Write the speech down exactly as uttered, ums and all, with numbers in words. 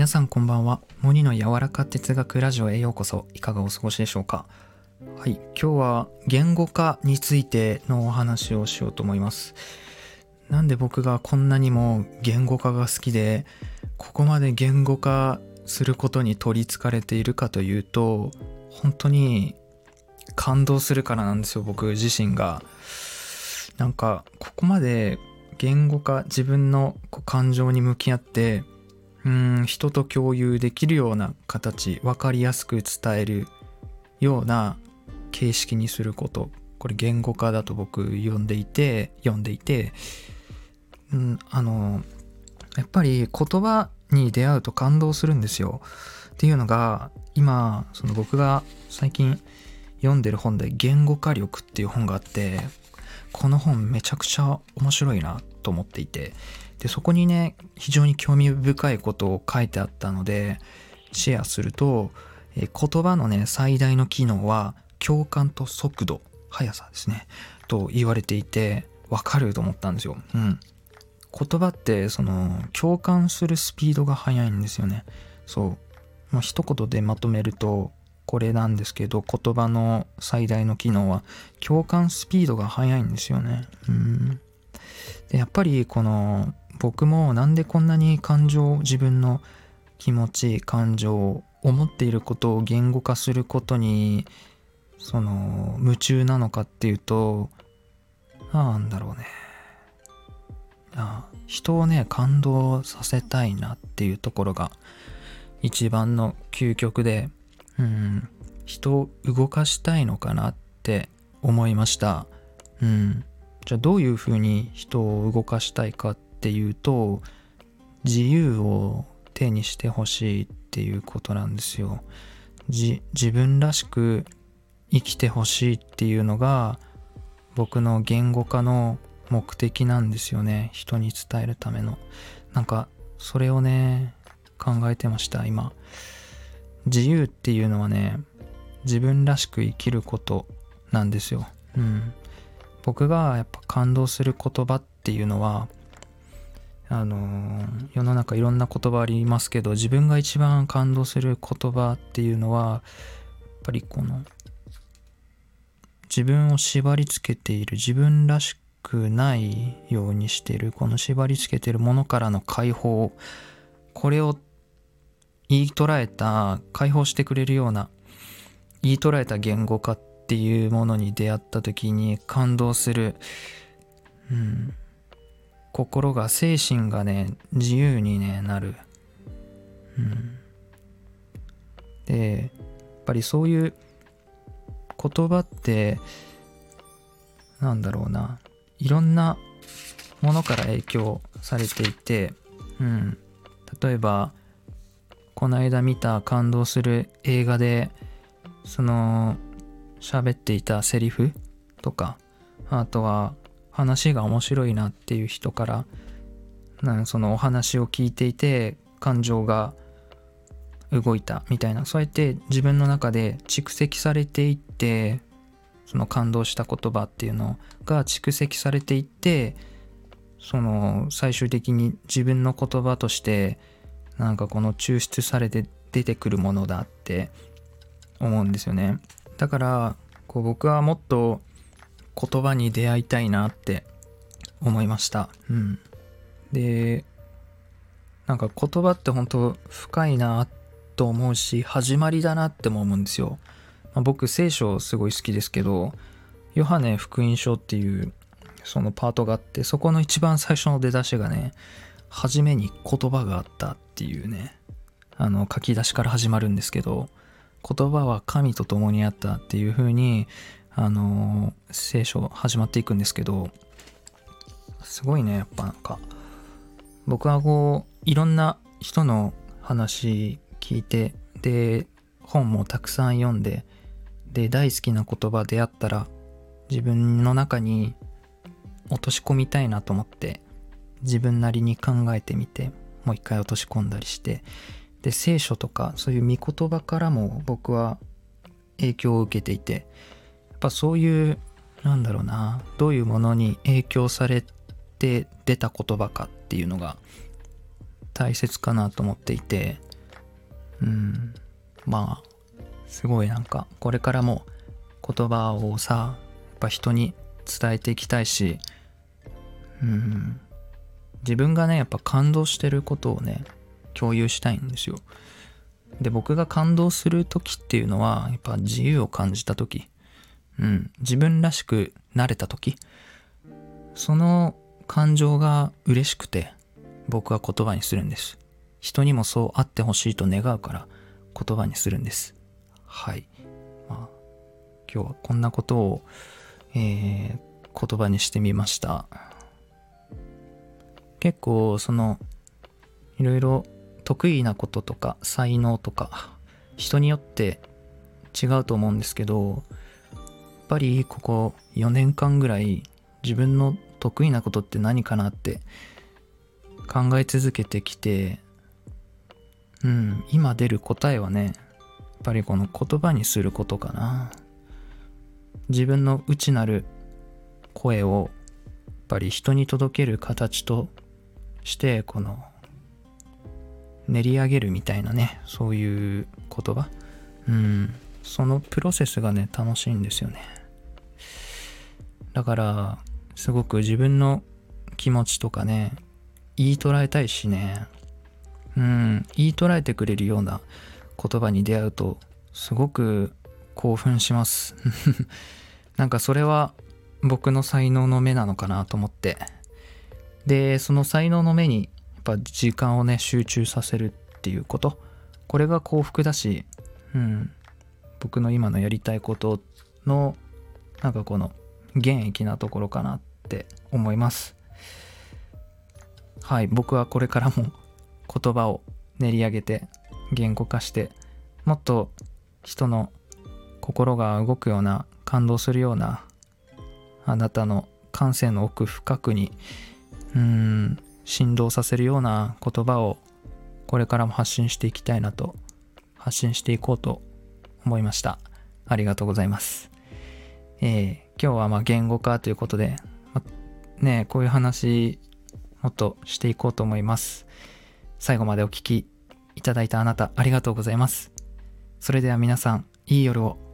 皆さんこんばんは。モニの柔らか哲学ラジオへようこそ。いかがお過ごしでしょうか。はい、今日は言語化についてのお話をしようと思います。なんで僕がこんなにも言語化が好きで、ここまで言語化することに取りつかれているかというと、本当に感動するからなんですよ、僕自身が。なんかここまで言語化、自分の感情に向き合ってうーん人と共有できるような形、分かりやすく伝えるような形式にすること、これ言語化だと僕呼んでいて読んでいて、うん、あのやっぱり言葉に出会うと感動するんですよ。っていうのが、今その僕が最近読んでる本で言語化力っていう本があって、この本めちゃくちゃ面白いなと思っていて、でそこにね、非常に興味深いことを書いてあったのでシェアすると、え言葉のね最大の機能は共感と速度、速さですねと言われていて、わかると思ったんですよ。うん。言葉ってその共感するスピードが速いんですよね。そう。まあ、一言でまとめるとこれなんですけど、言葉の最大の機能は共感スピードが速いんですよね。うん。でやっぱりこの僕もなんでこんなに感情、自分の気持ち、感情、思っていることを言語化することにその夢中なのかっていうと、なんだろうね、あ人をね感動させたいなっていうところが一番の究極で、うん、人を動かしたいのかなって思いました。うん。じゃあどういうふうに人を動かしたいかっていうと、自由を手にしてほしいっていうことなんですよ。じ自分らしく生きてほしいっていうのが僕の言語化の目的なんですよね。人に伝えるための。なんかそれをね考えてました今。自由っていうのはね、自分らしく生きることなんですよ。うん。僕がやっぱ感動する言葉っていうのは、あのー、世の中いろんな言葉ありますけど、自分が一番感動する言葉っていうのはやっぱりこの自分を縛り付けている、自分らしくないようにしている、この縛り付けているものからの解放、これを言い捉えた、解放してくれるような、言い捉えた言語化っていうものに出会った時に感動する。うん。心が、精神がね自由に、ね、なる。うん。でやっぱりそういう言葉ってなんだろうな、いろんなものから影響されていて、うん。例えばこの間見た感動する映画でその喋っていたセリフとか、あとは話が面白いなっていう人からな、そのお話を聞いていて感情が動いたみたいな、そうやって自分の中で蓄積されていって、その感動した言葉っていうのが蓄積されていって、その最終的に自分の言葉としてなんかこの抽出されて出てくるものだって思うんですよね。だからこう僕はもっと言葉に出会いたいなって思いました。うん。で、なんか言葉って本当深いなと思うし、始まりだなっても思うんですよ。まあ、僕聖書すごい好きですけど、ヨハネ福音書っていうそのパートがあって、そこの一番最初の出だしがね、初めに言葉があったっていうね、あの書き出しから始まるんですけど、言葉は神と共にあったっていう風にあの聖書始まっていくんですけど、すごいね。やっぱなんか僕はこういろんな人の話聞いて、で本もたくさん読んで、で大好きな言葉出会ったら自分の中に落とし込みたいなと思って、自分なりに考えてみてもう一回落とし込んだりして、で聖書とかそういう御言葉からも僕は影響を受けていて、やっぱそういうなんだろうな、どういうものに影響されて出た言葉かっていうのが大切かなと思っていて、 うん、まあすごいなんかこれからも言葉をさやっぱ人に伝えていきたいし、うん、自分がねやっぱ感動してることをね共有したいんですよ。で、僕が感動する時っていうのはやっぱ自由を感じた時、うん、自分らしくなれた時、その感情が嬉しくて僕は言葉にするんです。人にもそうあってほしいと願うから言葉にするんです。はい、まあ、今日はこんなことを、えー、言葉にしてみました。結構そのいろいろ得意なこととか才能とか人によって違うと思うんですけど、やっぱりここよねんかんぐらい自分の得意なことって何かなって考え続けてきて、うん、今出る答えはね、やっぱりこの言葉にすることかな。自分の内なる声をやっぱり人に届ける形としてこの練り上げるみたいなね、そういう言葉、うん、そのプロセスがね楽しいんですよね。だからすごく自分の気持ちとかね言い捉えたいしね、うん、言い捉えてくれるような言葉に出会うとすごく興奮しますなんかそれは僕の才能の目なのかなと思って、でその才能の目にやっぱ時間をね集中させるっていうこと、これが幸福だし、うん、僕の今のやりたいことのなんかこの原液なところかなって思います。はい、僕はこれからも言葉を練り上げて言語化して、もっと人の心が動くような、感動するような、あなたの感性の奥深くにうーん振動させるような言葉をこれからも発信していきたいなと、発信していこうと思いました。ありがとうございます。えー、今日はまあ言語化ということで、まね、こういう話もっとしていこうと思います。最後までお聞きいただいたあなた、ありがとうございます。それでは皆さん、いい夜を。